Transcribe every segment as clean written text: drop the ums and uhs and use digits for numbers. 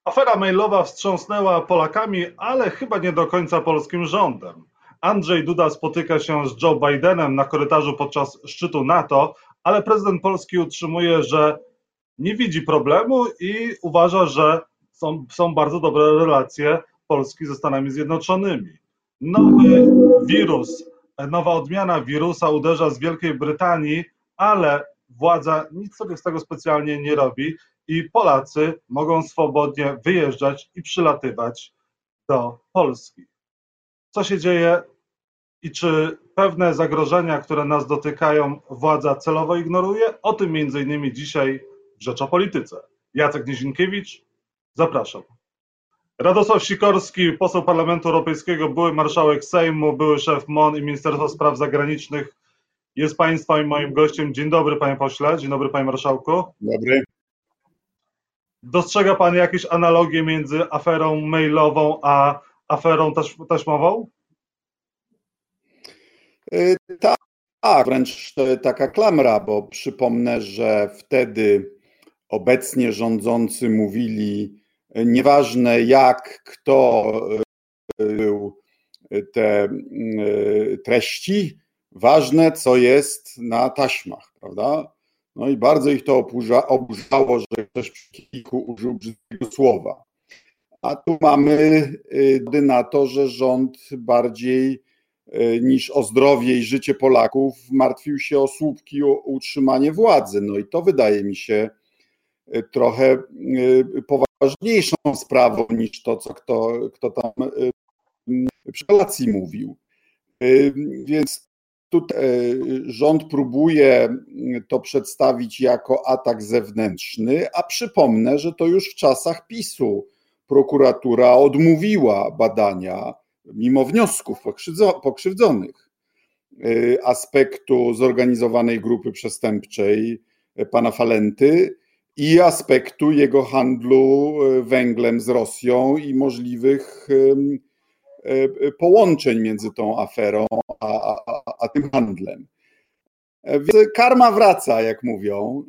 Afera mailowa wstrząsnęła Polakami, ale chyba nie do końca polskim rządem. Andrzej Duda spotyka się z Joe Bidenem na korytarzu podczas szczytu NATO, ale prezydent Polski utrzymuje, że nie widzi problemu i uważa, że są bardzo dobre relacje Polski ze Stanami Zjednoczonymi. Nowy wirus, nowa odmiana wirusa uderza z Wielkiej Brytanii, ale władza nic sobie z tego specjalnie nie robi i Polacy mogą swobodnie wyjeżdżać i przylatywać do Polski. Co się dzieje i czy pewne zagrożenia, które nas dotykają, władza celowo ignoruje? O tym m.in. dzisiaj w Rzecz o Polityce. Jacek Nizinkiewicz, zapraszam. Radosław Sikorski, poseł Parlamentu Europejskiego, były marszałek Sejmu, były szef MON i Ministerstwa Spraw Zagranicznych, jest Państwa i moim gościem. Dzień dobry, panie pośle, dzień dobry, panie marszałku. Dobry. Dostrzega pan jakieś analogie między aferą mailową a aferą taśmową? Tak, wręcz taka klamra, bo przypomnę, że wtedy obecnie rządzący mówili, nieważne jak, kto był te treści, ważne co jest na taśmach, prawda? No i bardzo ich to oburzało, że ktoś przy kilku użył brzydkiego słowa. A tu mamy na to, że rząd bardziej niż o zdrowie i życie Polaków martwił się o słupki, o utrzymanie władzy. No i to wydaje mi się trochę poważniejszą sprawą niż to, co kto tam przy kolacji mówił. Więc tutaj rząd próbuje to przedstawić jako atak zewnętrzny, a przypomnę, że to już w czasach PiS-u prokuratura odmówiła badania, mimo wniosków pokrzywdzonych, aspektu zorganizowanej grupy przestępczej pana Falenty i aspektu jego handlu węglem z Rosją i możliwych połączeń między tą aferą a tym handlem. Więc karma wraca, jak mówią.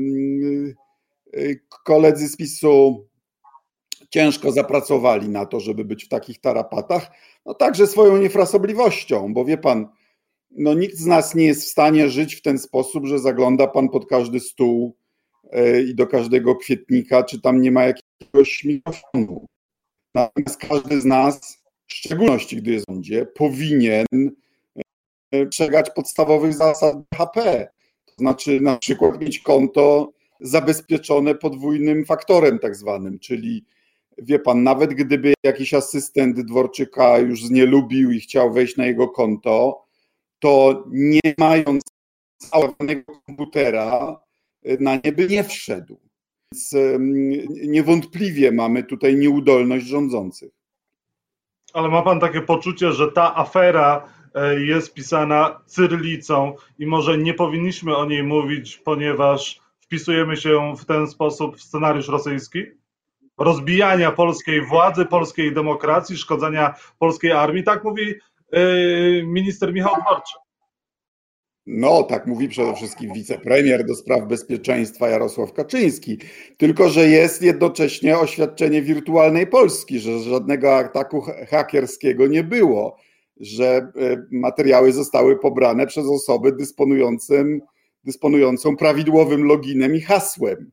Koledzy z PiS-u ciężko zapracowali na to, żeby być w takich tarapatach, no także swoją niefrasobliwością, bo wie pan, no nikt z nas nie jest w stanie żyć w ten sposób, że zagląda pan pod każdy stół i do każdego kwietnika, czy tam nie ma jakiegoś mikrofonu. Natomiast każdy z nas, w szczególności gdy jest w rządzie, powinien przestrzegać podstawowych zasad BHP. To znaczy na przykład mieć konto zabezpieczone podwójnym faktorem tak zwanym, czyli wie pan, nawet gdyby jakiś asystent Dworczyka już znielubił i chciał wejść na jego konto, to nie mając załadowanego komputera na nie by nie wszedł. Więc niewątpliwie mamy tutaj nieudolność rządzących. Ale ma pan takie poczucie, że ta afera jest pisana cyrylicą i może nie powinniśmy o niej mówić, ponieważ wpisujemy się w ten sposób w scenariusz rosyjski? Rozbijania polskiej władzy, polskiej demokracji, szkodzenia polskiej armii, tak mówi minister Michał Dworczyk. No, tak mówi przede wszystkim wicepremier do spraw bezpieczeństwa Jarosław Kaczyński, tylko że jest jednocześnie oświadczenie wirtualnej Polski, że żadnego ataku hakerskiego nie było, że materiały zostały pobrane przez osobę dysponującą prawidłowym loginem i hasłem.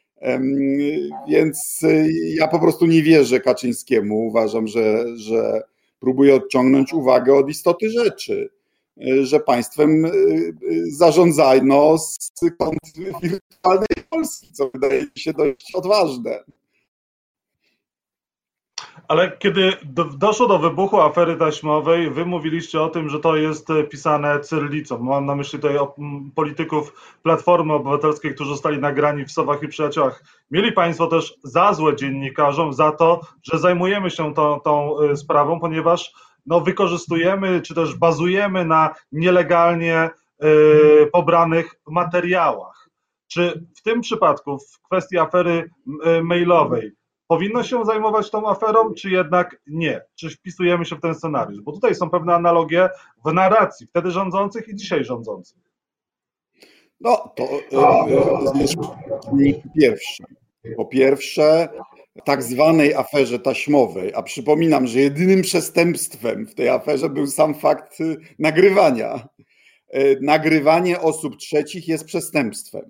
Więc ja po prostu nie wierzę Kaczyńskiemu. Uważam, że próbuje odciągnąć uwagę od istoty rzeczy, że państwem zarządzano z kont wirtualnej Polski, co wydaje mi się dość odważne. Ale kiedy doszło do wybuchu afery taśmowej, wy mówiliście o tym, że to jest pisane cyrylicą. Mam na myśli tutaj polityków Platformy Obywatelskiej, którzy zostali nagrani w Sowach i Przyjaciołach. Mieli państwo też za złe dziennikarzom za to, że zajmujemy się tą sprawą, ponieważ wykorzystujemy czy też bazujemy na nielegalnie pobranych materiałach. Czy w tym przypadku, w kwestii afery mailowej, powinno się zajmować tą aferą, czy jednak nie? Czy wpisujemy się w ten scenariusz? Bo tutaj są pewne analogie w narracji wtedy rządzących i dzisiaj rządzących. No to pierwsze. Po pierwsze, tak zwanej aferze taśmowej, a przypominam, że jedynym przestępstwem w tej aferze był sam fakt nagrywania. Nagrywanie osób trzecich jest przestępstwem.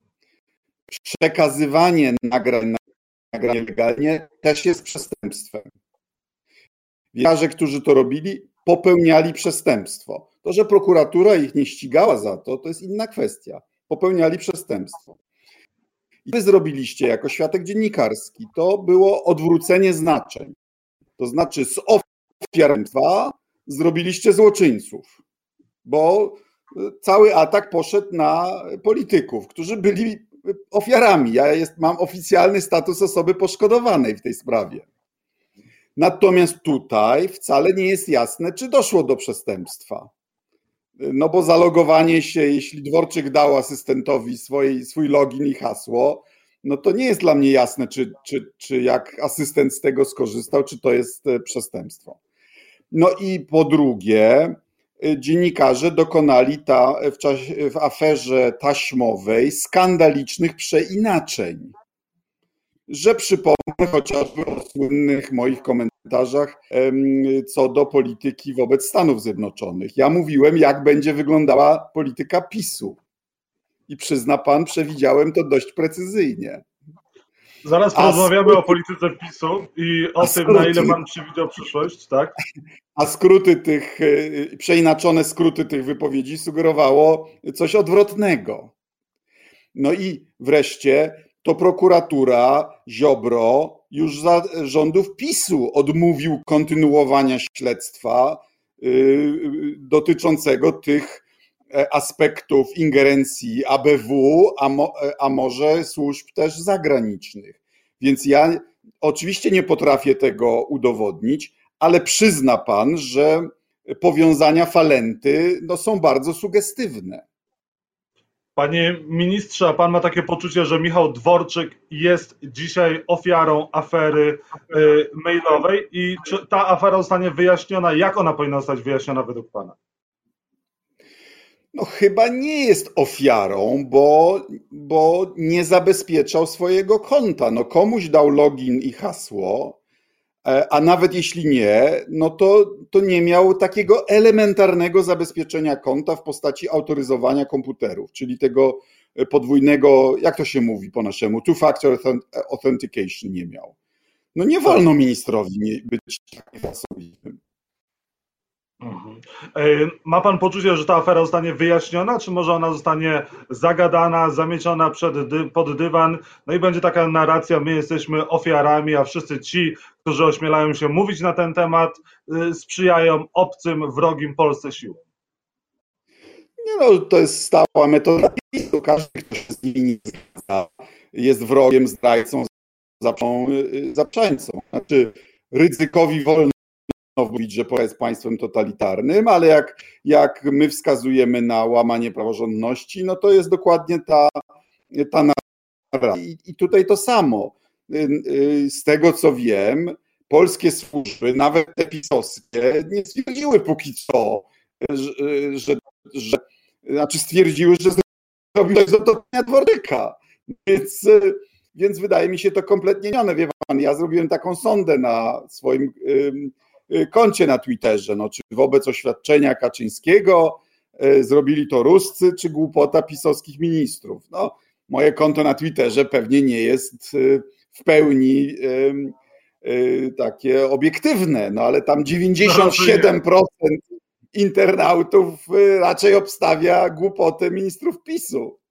Przekazywanie nagrań legalnie też jest przestępstwem. Dziennikarze, którzy to robili, popełniali przestępstwo. To, że prokuratura ich nie ścigała za to, to jest inna kwestia. Popełniali przestępstwo. I wy zrobiliście jako świadek dziennikarski, to było odwrócenie znaczeń. To znaczy z ofiarstwa zrobiliście złoczyńców, bo cały atak poszedł na polityków, którzy byli ofiarami. Ja mam oficjalny status osoby poszkodowanej w tej sprawie. Natomiast tutaj wcale nie jest jasne, czy doszło do przestępstwa. No bo zalogowanie się, jeśli Dworczyk dał asystentowi swój login i hasło, no to nie jest dla mnie jasne, czy jak asystent z tego skorzystał, czy to jest przestępstwo. No i po drugie, dziennikarze dokonali w aferze taśmowej skandalicznych przeinaczeń. Że przypomnę chociażby o słynnych moich komentarzach co do polityki wobec Stanów Zjednoczonych. Ja mówiłem, jak będzie wyglądała polityka PiS-u. I przyzna pan, przewidziałem to dość precyzyjnie. Zaraz porozmawiamy o polityce PiS-u i o tym, na ile pan przewidział przyszłość, tak? A przeinaczone skróty tych wypowiedzi sugerowało coś odwrotnego. No i wreszcie to prokuratura Ziobro już za rządów PiS-u odmówił kontynuowania śledztwa dotyczącego tych aspektów ingerencji ABW, a może służb też zagranicznych. Więc ja oczywiście nie potrafię tego udowodnić, ale przyzna pan, że powiązania Falenty są bardzo sugestywne. Panie ministrze, a pan ma takie poczucie, że Michał Dworczyk jest dzisiaj ofiarą afery mailowej i czy ta afera zostanie wyjaśniona? Jak ona powinna zostać wyjaśniona według pana? No chyba nie jest ofiarą, bo nie zabezpieczał swojego konta. No komuś dał login i hasło, a nawet jeśli nie, no to nie miał takiego elementarnego zabezpieczenia konta w postaci autoryzowania komputerów, czyli tego podwójnego, jak to się mówi po naszemu, two-factor authentication nie miał. No nie wolno ministrowi być takim osobistym. Ma pan poczucie, że ta afera zostanie wyjaśniona, czy może ona zostanie zagadana, zamieciona pod dywan, no i będzie taka narracja, my jesteśmy ofiarami, a wszyscy ci, którzy ośmielają się mówić na ten temat, sprzyjają obcym, wrogim Polsce siłom? Nie no, to jest stała metoda PiS-u. Każdy, kto się z nimi nie zgadza, jest wrogiem, zdrajcą, zaprzańcą. Znaczy, Rydzykowi wolno mówić, że Polska jest państwem totalitarnym, ale jak my wskazujemy na łamanie praworządności, no to jest dokładnie ta narracja. I tutaj to samo. Z tego co wiem, polskie służby, nawet te pisowskie, nie stwierdziły póki co, znaczy stwierdziły, że zrobił coś z otoczenia Dworczyka. Więc wydaje mi się to kompletnie nione. Wie pan, ja zrobiłem taką sondę na swoim koncie na Twitterze, no, czy wobec oświadczenia Kaczyńskiego zrobili to Ruscy, czy głupota pisowskich ministrów. No, moje konto na Twitterze pewnie nie jest w pełni takie obiektywne, no ale tam 97% internautów raczej obstawia głupotę ministrów PiS-u.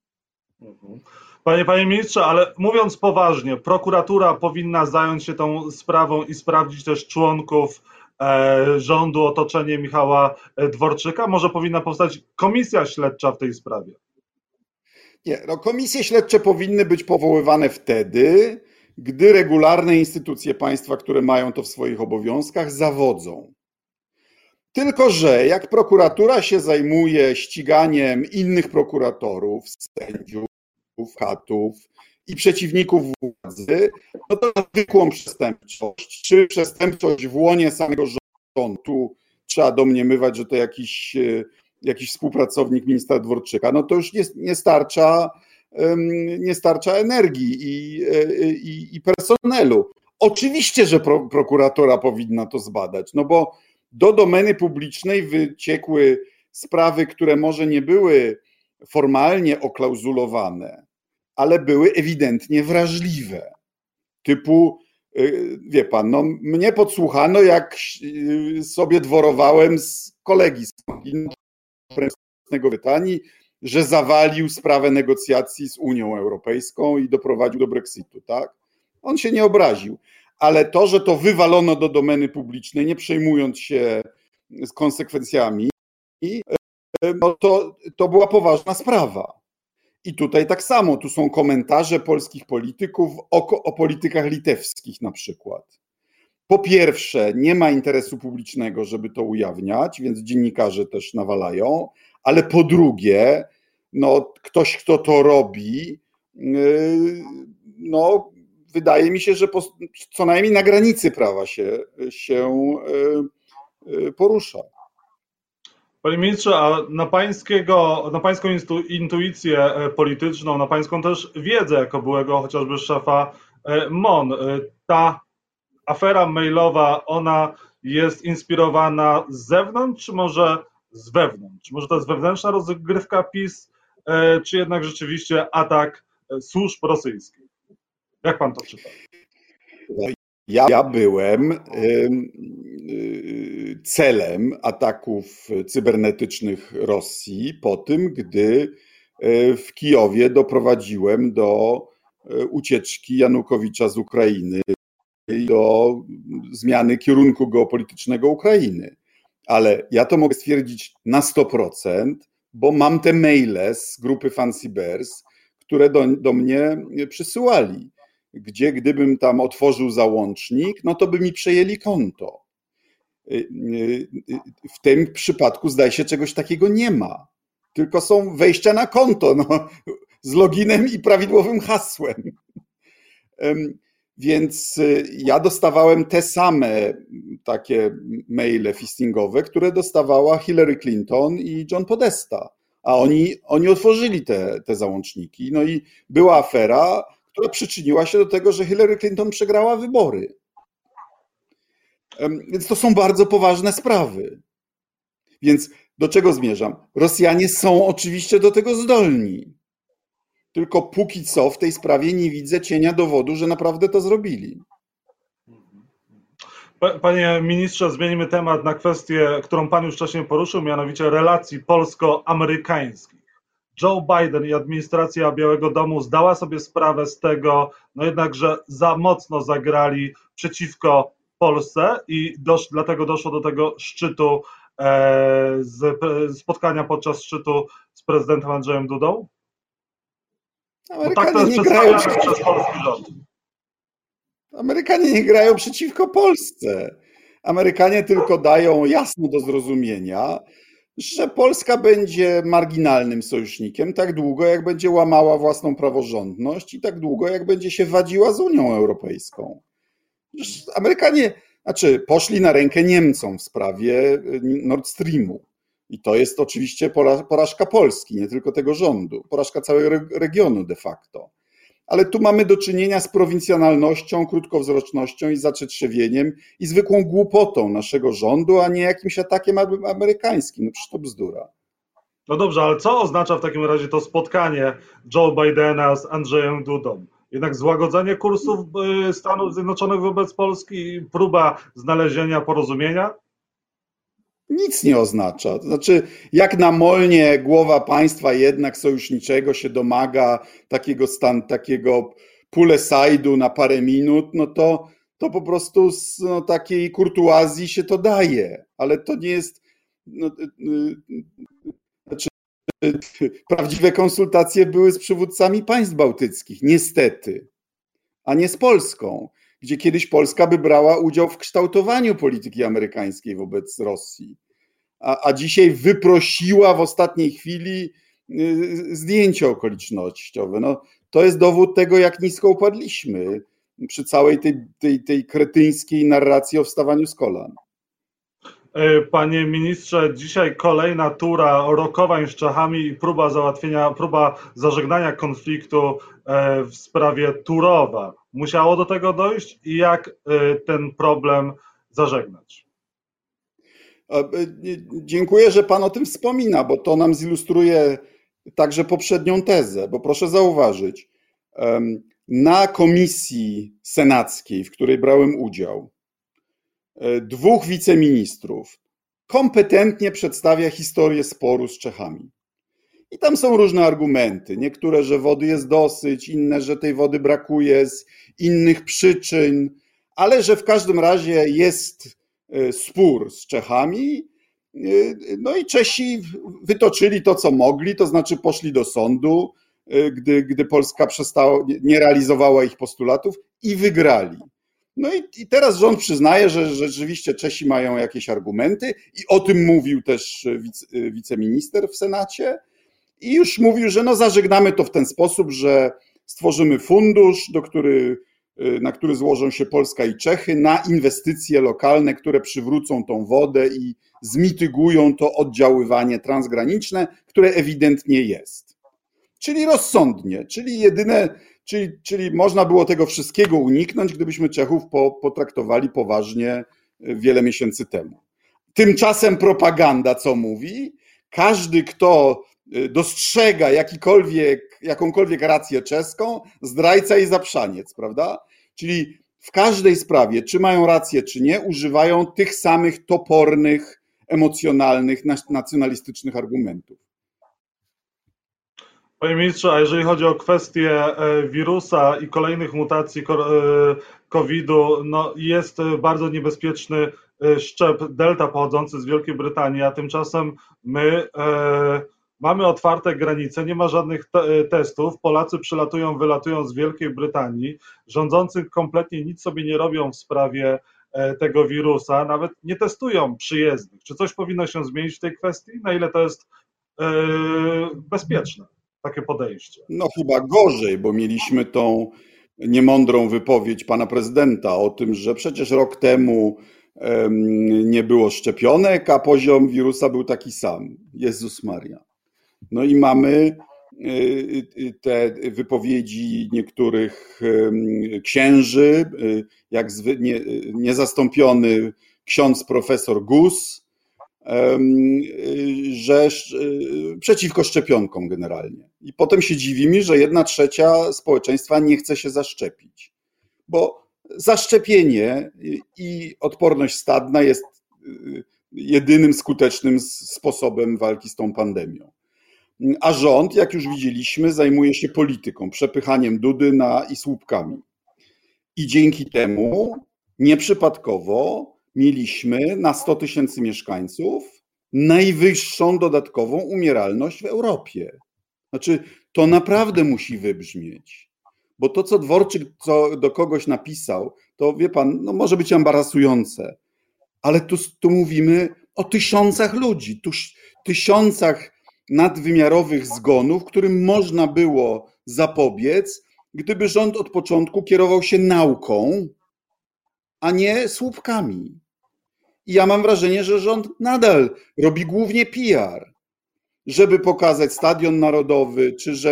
Panie ministrze, ale mówiąc poważnie, prokuratura powinna zająć się tą sprawą i sprawdzić też członków rządu, otoczenie Michała Dworczyka. Może powinna powstać komisja śledcza w tej sprawie? Nie, no komisje śledcze powinny być powoływane wtedy, gdy regularne instytucje państwa, które mają to w swoich obowiązkach, zawodzą. Tylko że jak prokuratura się zajmuje ściganiem innych prokuratorów, sędziów, katów i przeciwników władzy, no to zwykłą przestępczość, czy przestępczość w łonie samego rządu, trzeba domniemywać, że to jakiś współpracownik ministra Dworczyka, no to już nie starcza nie starcza energii i personelu. Oczywiście, że prokuratura powinna to zbadać, no bo do domeny publicznej wyciekły sprawy, które może nie były formalnie oklauzulowane, ale były ewidentnie wrażliwe. Typu, wie pan, no mnie podsłuchano, jak sobie dworowałem z kolegi z Brytanii, że zawalił sprawę negocjacji z Unią Europejską i doprowadził do Brexitu, tak? On się nie obraził, ale to, że to wywalono do domeny publicznej, nie przejmując się z konsekwencjami, no to była poważna sprawa. I tutaj tak samo, tu są komentarze polskich polityków o politykach litewskich na przykład. Po pierwsze, nie ma interesu publicznego, żeby to ujawniać, więc dziennikarze też nawalają, ale po drugie, no ktoś, kto to robi, no wydaje mi się, że co najmniej na granicy prawa się porusza. Panie ministrze, a na pańską intuicję polityczną, na pańską też wiedzę jako byłego chociażby szefa MON, ta afera mailowa, ona jest inspirowana z zewnątrz, czy może z wewnątrz? Czy może to jest wewnętrzna rozgrywka PiS, czy jednak rzeczywiście atak służb rosyjskich? Jak pan to czyta? Ja byłem celem ataków cybernetycznych Rosji po tym, gdy w Kijowie doprowadziłem do ucieczki Janukowycza z Ukrainy i do zmiany kierunku geopolitycznego Ukrainy. Ale ja to mogę stwierdzić na 100%, bo mam te maile z grupy Fancy Bears, które do mnie przysyłali, gdzie gdybym tam otworzył załącznik, no to by mi przejęli konto. W tym przypadku zdaje się czegoś takiego nie ma, tylko są wejścia na konto, no, z loginem i prawidłowym hasłem. Więc ja dostawałem te same takie maile phishingowe, które dostawała Hillary Clinton i John Podesta, a oni otworzyli te załączniki. No i była afera, która przyczyniła się do tego, że Hillary Clinton przegrała wybory. Więc to są bardzo poważne sprawy. Więc do czego zmierzam? Rosjanie są oczywiście do tego zdolni. Tylko póki co w tej sprawie nie widzę cienia dowodu, że naprawdę to zrobili. Panie ministrze, zmienimy temat na kwestię, którą pan już wcześniej poruszył, mianowicie relacji polsko-amerykańskich. Joe Biden i administracja Białego Domu zdała sobie sprawę z tego, no jednak, że za mocno zagrali przeciwko Polsce i dlatego doszło do tego szczytu, spotkania podczas szczytu z prezydentem Andrzejem Dudą? Bo tak to jest przedstawiane przez polski rząd. Amerykanie nie grają przeciwko Polsce. Amerykanie tylko dają jasno do zrozumienia, że Polska będzie marginalnym sojusznikiem tak długo, jak będzie łamała własną praworządność i tak długo, jak będzie się wadziła z Unią Europejską. Amerykanie, poszli na rękę Niemcom w sprawie Nord Streamu. I to jest oczywiście porażka Polski, nie tylko tego rządu, porażka całego regionu de facto. Ale tu mamy do czynienia z prowincjonalnością, krótkowzrocznością i zacietrzewieniem i zwykłą głupotą naszego rządu, a nie jakimś atakiem amerykańskim. No przecież to bzdura. No dobrze, ale co oznacza w takim razie to spotkanie Joe Bidena z Andrzejem Dudą? Jednak złagodzenie kursów Stanów Zjednoczonych wobec Polski, próba znalezienia porozumienia? Nic nie oznacza. To znaczy, jak na Molnie głowa państwa jednak sojuszniczego się domaga takiego pull aside'u na parę minut, no to po prostu z takiej kurtuazji się to daje. Ale to nie jest... Prawdziwe konsultacje były z przywódcami państw bałtyckich, niestety, a nie z Polską, gdzie kiedyś Polska by brała udział w kształtowaniu polityki amerykańskiej wobec Rosji, a dzisiaj wyprosiła w ostatniej chwili zdjęcie okolicznościowe. No, to jest dowód tego, jak nisko upadliśmy przy całej tej kretyńskiej narracji o wstawaniu z kolan. Panie ministrze, dzisiaj kolejna tura rokowań z Czechami i próba zażegnania konfliktu w sprawie Turowa. Musiało do tego dojść i jak ten problem zażegnać? Dziękuję, że Pan o tym wspomina, bo to nam zilustruje także poprzednią tezę, bo proszę zauważyć, na komisji senackiej, w której brałem udział, dwóch wiceministrów kompetentnie przedstawia historię sporu z Czechami. I tam są różne argumenty. Niektóre, że wody jest dosyć, inne, że tej wody brakuje z innych przyczyn, ale że w każdym razie jest spór z Czechami. No i Czesi wytoczyli to, co mogli, to znaczy poszli do sądu, gdy Polska nie realizowała ich postulatów i wygrali. No i teraz rząd przyznaje, że rzeczywiście Czesi mają jakieś argumenty i o tym mówił też wiceminister w Senacie i już mówił, że no zażegnamy to w ten sposób, że stworzymy fundusz, na który złożą się Polska i Czechy na inwestycje lokalne, które przywrócą tą wodę i zmitygują to oddziaływanie transgraniczne, które ewidentnie jest. Czyli rozsądnie, czyli można było tego wszystkiego uniknąć, gdybyśmy Czechów potraktowali poważnie wiele miesięcy temu. Tymczasem propaganda co mówi? Każdy, kto dostrzega jakąkolwiek rację czeską, zdrajca i zaprzaniec, prawda? Czyli w każdej sprawie, czy mają rację, czy nie, używają tych samych topornych, emocjonalnych, nacjonalistycznych argumentów. Panie ministrze, a jeżeli chodzi o kwestię wirusa i kolejnych mutacji COVID-u, no jest bardzo niebezpieczny szczep Delta pochodzący z Wielkiej Brytanii, a tymczasem my mamy otwarte granice, nie ma żadnych testów, Polacy przylatują, wylatują z Wielkiej Brytanii, rządzący kompletnie nic sobie nie robią w sprawie tego wirusa, nawet nie testują przyjezdnych. Czy coś powinno się zmienić w tej kwestii? Na ile to jest bezpieczne? Takie podejście. No chyba gorzej, bo mieliśmy tą niemądrą wypowiedź pana prezydenta o tym, że przecież rok temu nie było szczepionek, a poziom wirusa był taki sam. Jezus Maria. No i mamy te wypowiedzi niektórych księży, jak niezastąpiony ksiądz profesor Gus, że przeciwko szczepionkom generalnie. I potem się dziwimy, że 1/3 społeczeństwa nie chce się zaszczepić, bo zaszczepienie i odporność stadna jest jedynym skutecznym sposobem walki z tą pandemią. A rząd, jak już widzieliśmy, zajmuje się polityką, przepychaniem Dudy i słupkami. I dzięki temu nieprzypadkowo mieliśmy na 100 000 mieszkańców najwyższą dodatkową umieralność w Europie. Znaczy, to naprawdę musi wybrzmieć. Bo to, co Dworczyk do kogoś napisał, to wie pan, no może być embarasujące, ale tu mówimy o tysiącach ludzi, tysiącach nadwymiarowych zgonów, którym można było zapobiec, gdyby rząd od początku kierował się nauką, a nie słupkami. I ja mam wrażenie, że rząd nadal robi głównie PR, żeby pokazać Stadion Narodowy,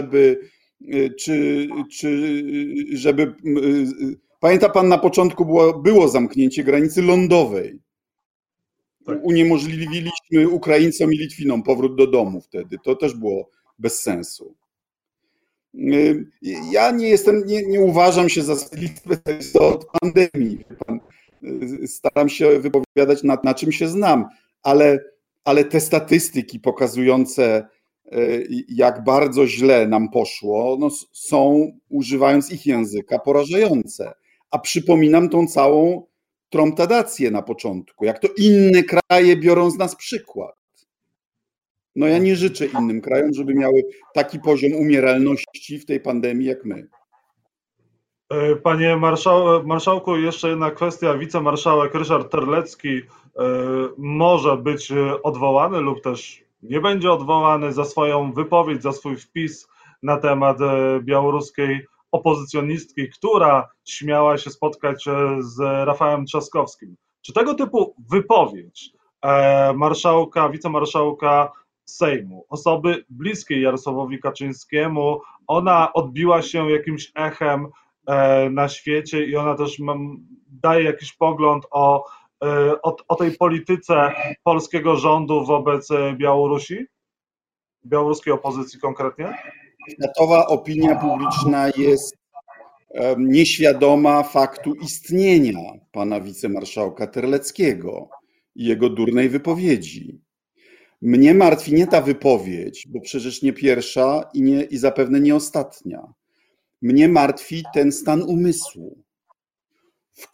żeby pamięta pan, na początku było zamknięcie granicy lądowej. Tak. Uniemożliwiliśmy Ukraińcom i Litwinom powrót do domu wtedy. To też było bez sensu. Ja nie uważam się za specjalistę od pandemii. Staram się wypowiadać na czym się znam, ale te statystyki pokazujące, jak bardzo źle nam poszło, no, są, używając ich języka, porażające. A przypominam tą całą tromtadację na początku, jak to inne kraje biorą z nas przykład. No ja nie życzę innym krajom, żeby miały taki poziom umieralności w tej pandemii jak my. Panie marszałku, jeszcze jedna kwestia. Wicemarszałek Ryszard Terlecki może być odwołany lub też nie będzie odwołany za swoją wypowiedź, za swój wpis na temat białoruskiej opozycjonistki, która śmiała się spotkać z Rafałem Trzaskowskim. Czy tego typu wypowiedź marszałka, wicemarszałka Sejmu, osoby bliskiej Jarosławowi Kaczyńskiemu. Ona odbiła się jakimś echem na świecie i ona też daje jakiś pogląd o tej polityce polskiego rządu wobec Białorusi, białoruskiej opozycji konkretnie. Światowa opinia publiczna jest nieświadoma faktu istnienia pana wicemarszałka Terleckiego i jego durnej wypowiedzi. Mnie martwi nie ta wypowiedź, bo przecież nie pierwsza i zapewne nie ostatnia. Mnie martwi ten stan umysłu, w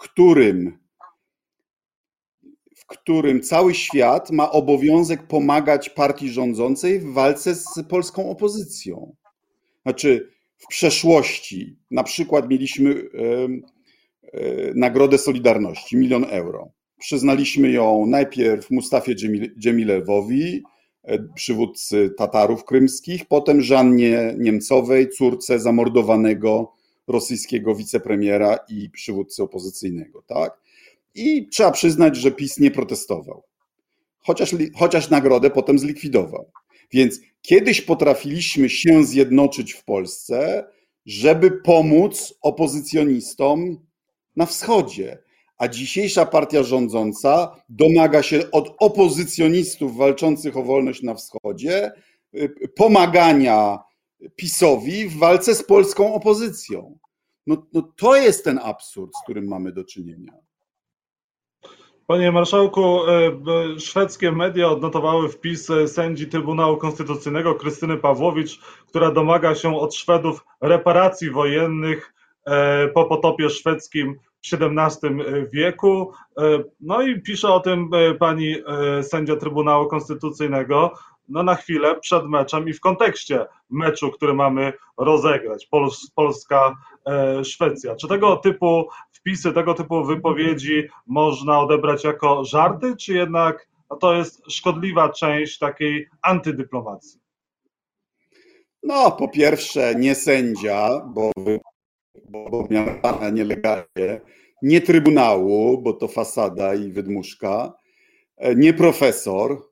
którym cały świat ma obowiązek pomagać partii rządzącej w walce z polską opozycją. Znaczy, w przeszłości na przykład mieliśmy Nagrodę Solidarności, 1 000 000 euro. Przyznaliśmy ją najpierw Mustafie Dżemilewowi, przywódcy Tatarów krymskich, potem Żannie Niemcowej, córce zamordowanego rosyjskiego wicepremiera i przywódcy opozycyjnego. Tak? I trzeba przyznać, że PiS nie protestował, chociaż nagrodę potem zlikwidował. Więc kiedyś potrafiliśmy się zjednoczyć w Polsce, żeby pomóc opozycjonistom na wschodzie. A dzisiejsza partia rządząca domaga się od opozycjonistów walczących o wolność na wschodzie pomagania PiS-owi w walce z polską opozycją. No to jest ten absurd, z którym mamy do czynienia. Panie marszałku, szwedzkie media odnotowały wpis sędzi Trybunału Konstytucyjnego Krystyny Pawłowicz, która domaga się od Szwedów reparacji wojennych po potopie szwedzkim w XVII wieku. No i pisze o tym pani sędzia Trybunału Konstytucyjnego na chwilę przed meczem i w kontekście meczu, który mamy rozegrać, Polska-Szwecja. Czy tego typu wpisy, tego typu wypowiedzi można odebrać jako żarty, czy jednak to jest szkodliwa część takiej antydyplomacji? No, po pierwsze, nie sędzia, bo miała nielegalnie, nie trybunału, bo to fasada i wydmuszka, nie profesor.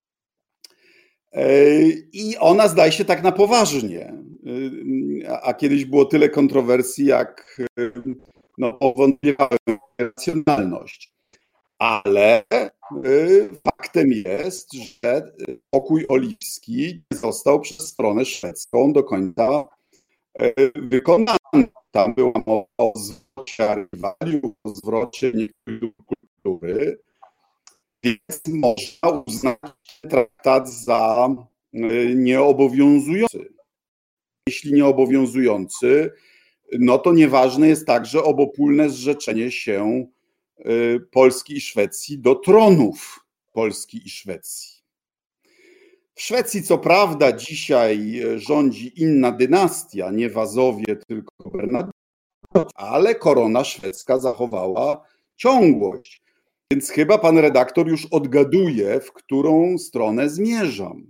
I ona zdaje się tak na poważnie. A kiedyś było tyle kontrowersji, jak powątpiewałem w racjonalność. Ale faktem jest, że pokój oliwski został przez stronę szwedzką do końca wykonany. Tam była mowa o zwrocie rywaliów, o zwrocie niektórych kultury, więc można uznać traktat za nieobowiązujący. Jeśli nieobowiązujący, no to nieważne jest także obopólne zrzeczenie się Polski i Szwecji do tronów Polski i Szwecji. W Szwecji co prawda dzisiaj rządzi inna dynastia, nie Wazowie, tylko Bernadotte, ale korona szwedzka zachowała ciągłość. Więc chyba pan redaktor już odgaduje, w którą stronę zmierzam.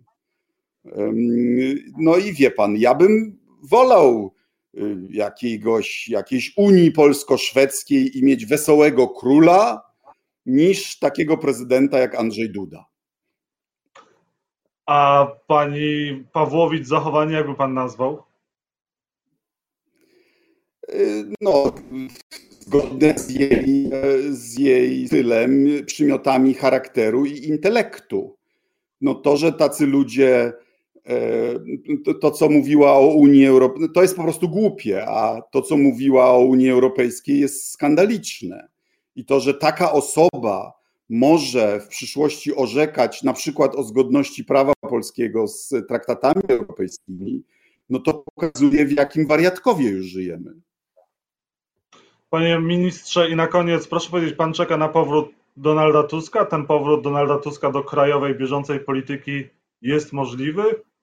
No i wie pan, ja bym wolał jakiejś Unii Polsko-Szwedzkiej i mieć wesołego króla, niż takiego prezydenta jak Andrzej Duda. A pani Pawłowicz zachowanie jakby pan nazwał? No, zgodne z jej stylem, przymiotami charakteru i intelektu. No to, że tacy ludzie, to co mówiła o Unii Europejskiej, to jest po prostu głupie, a to co mówiła o Unii Europejskiej jest skandaliczne. I to, że taka osoba może w przyszłości orzekać na przykład o zgodności prawa polskiego z traktatami europejskimi, no to pokazuje, w jakim wariatkowie już żyjemy. Panie ministrze, i na koniec proszę powiedzieć, pan czeka na powrót Donalda Tuska? Ten powrót Donalda Tuska do krajowej, bieżącej polityki jest możliwy?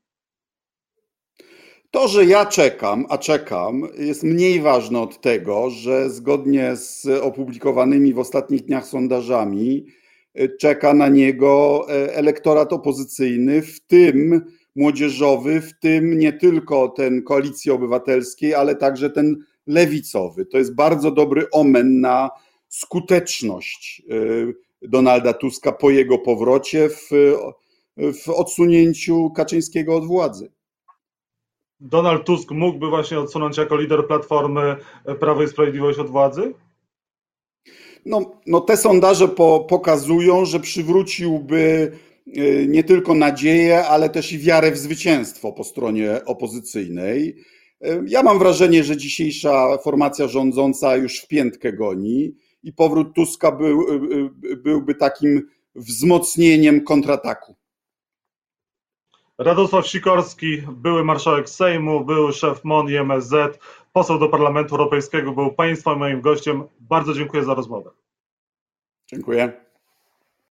To, że ja czekam, jest mniej ważne od tego, że zgodnie z opublikowanymi w ostatnich dniach sondażami czeka na niego elektorat opozycyjny, w tym młodzieżowy, w tym nie tylko ten Koalicji Obywatelskiej, ale także ten lewicowy. To jest bardzo dobry omen na skuteczność Donalda Tuska po jego powrocie w odsunięciu Kaczyńskiego od władzy. Donald Tusk mógłby właśnie odsunąć jako lider Platformy Prawo i Sprawiedliwość od władzy? No te sondaże pokazują, że przywróciłby nie tylko nadzieję, ale też i wiarę w zwycięstwo po stronie opozycyjnej. Ja mam wrażenie, że dzisiejsza formacja rządząca już w piętkę goni i powrót Tuska byłby takim wzmocnieniem kontrataku. Radosław Sikorski, były marszałek Sejmu, były szef MON i MSZ, poseł do Parlamentu Europejskiego, był Państwa moim gościem. Bardzo dziękuję za rozmowę. Dziękuję.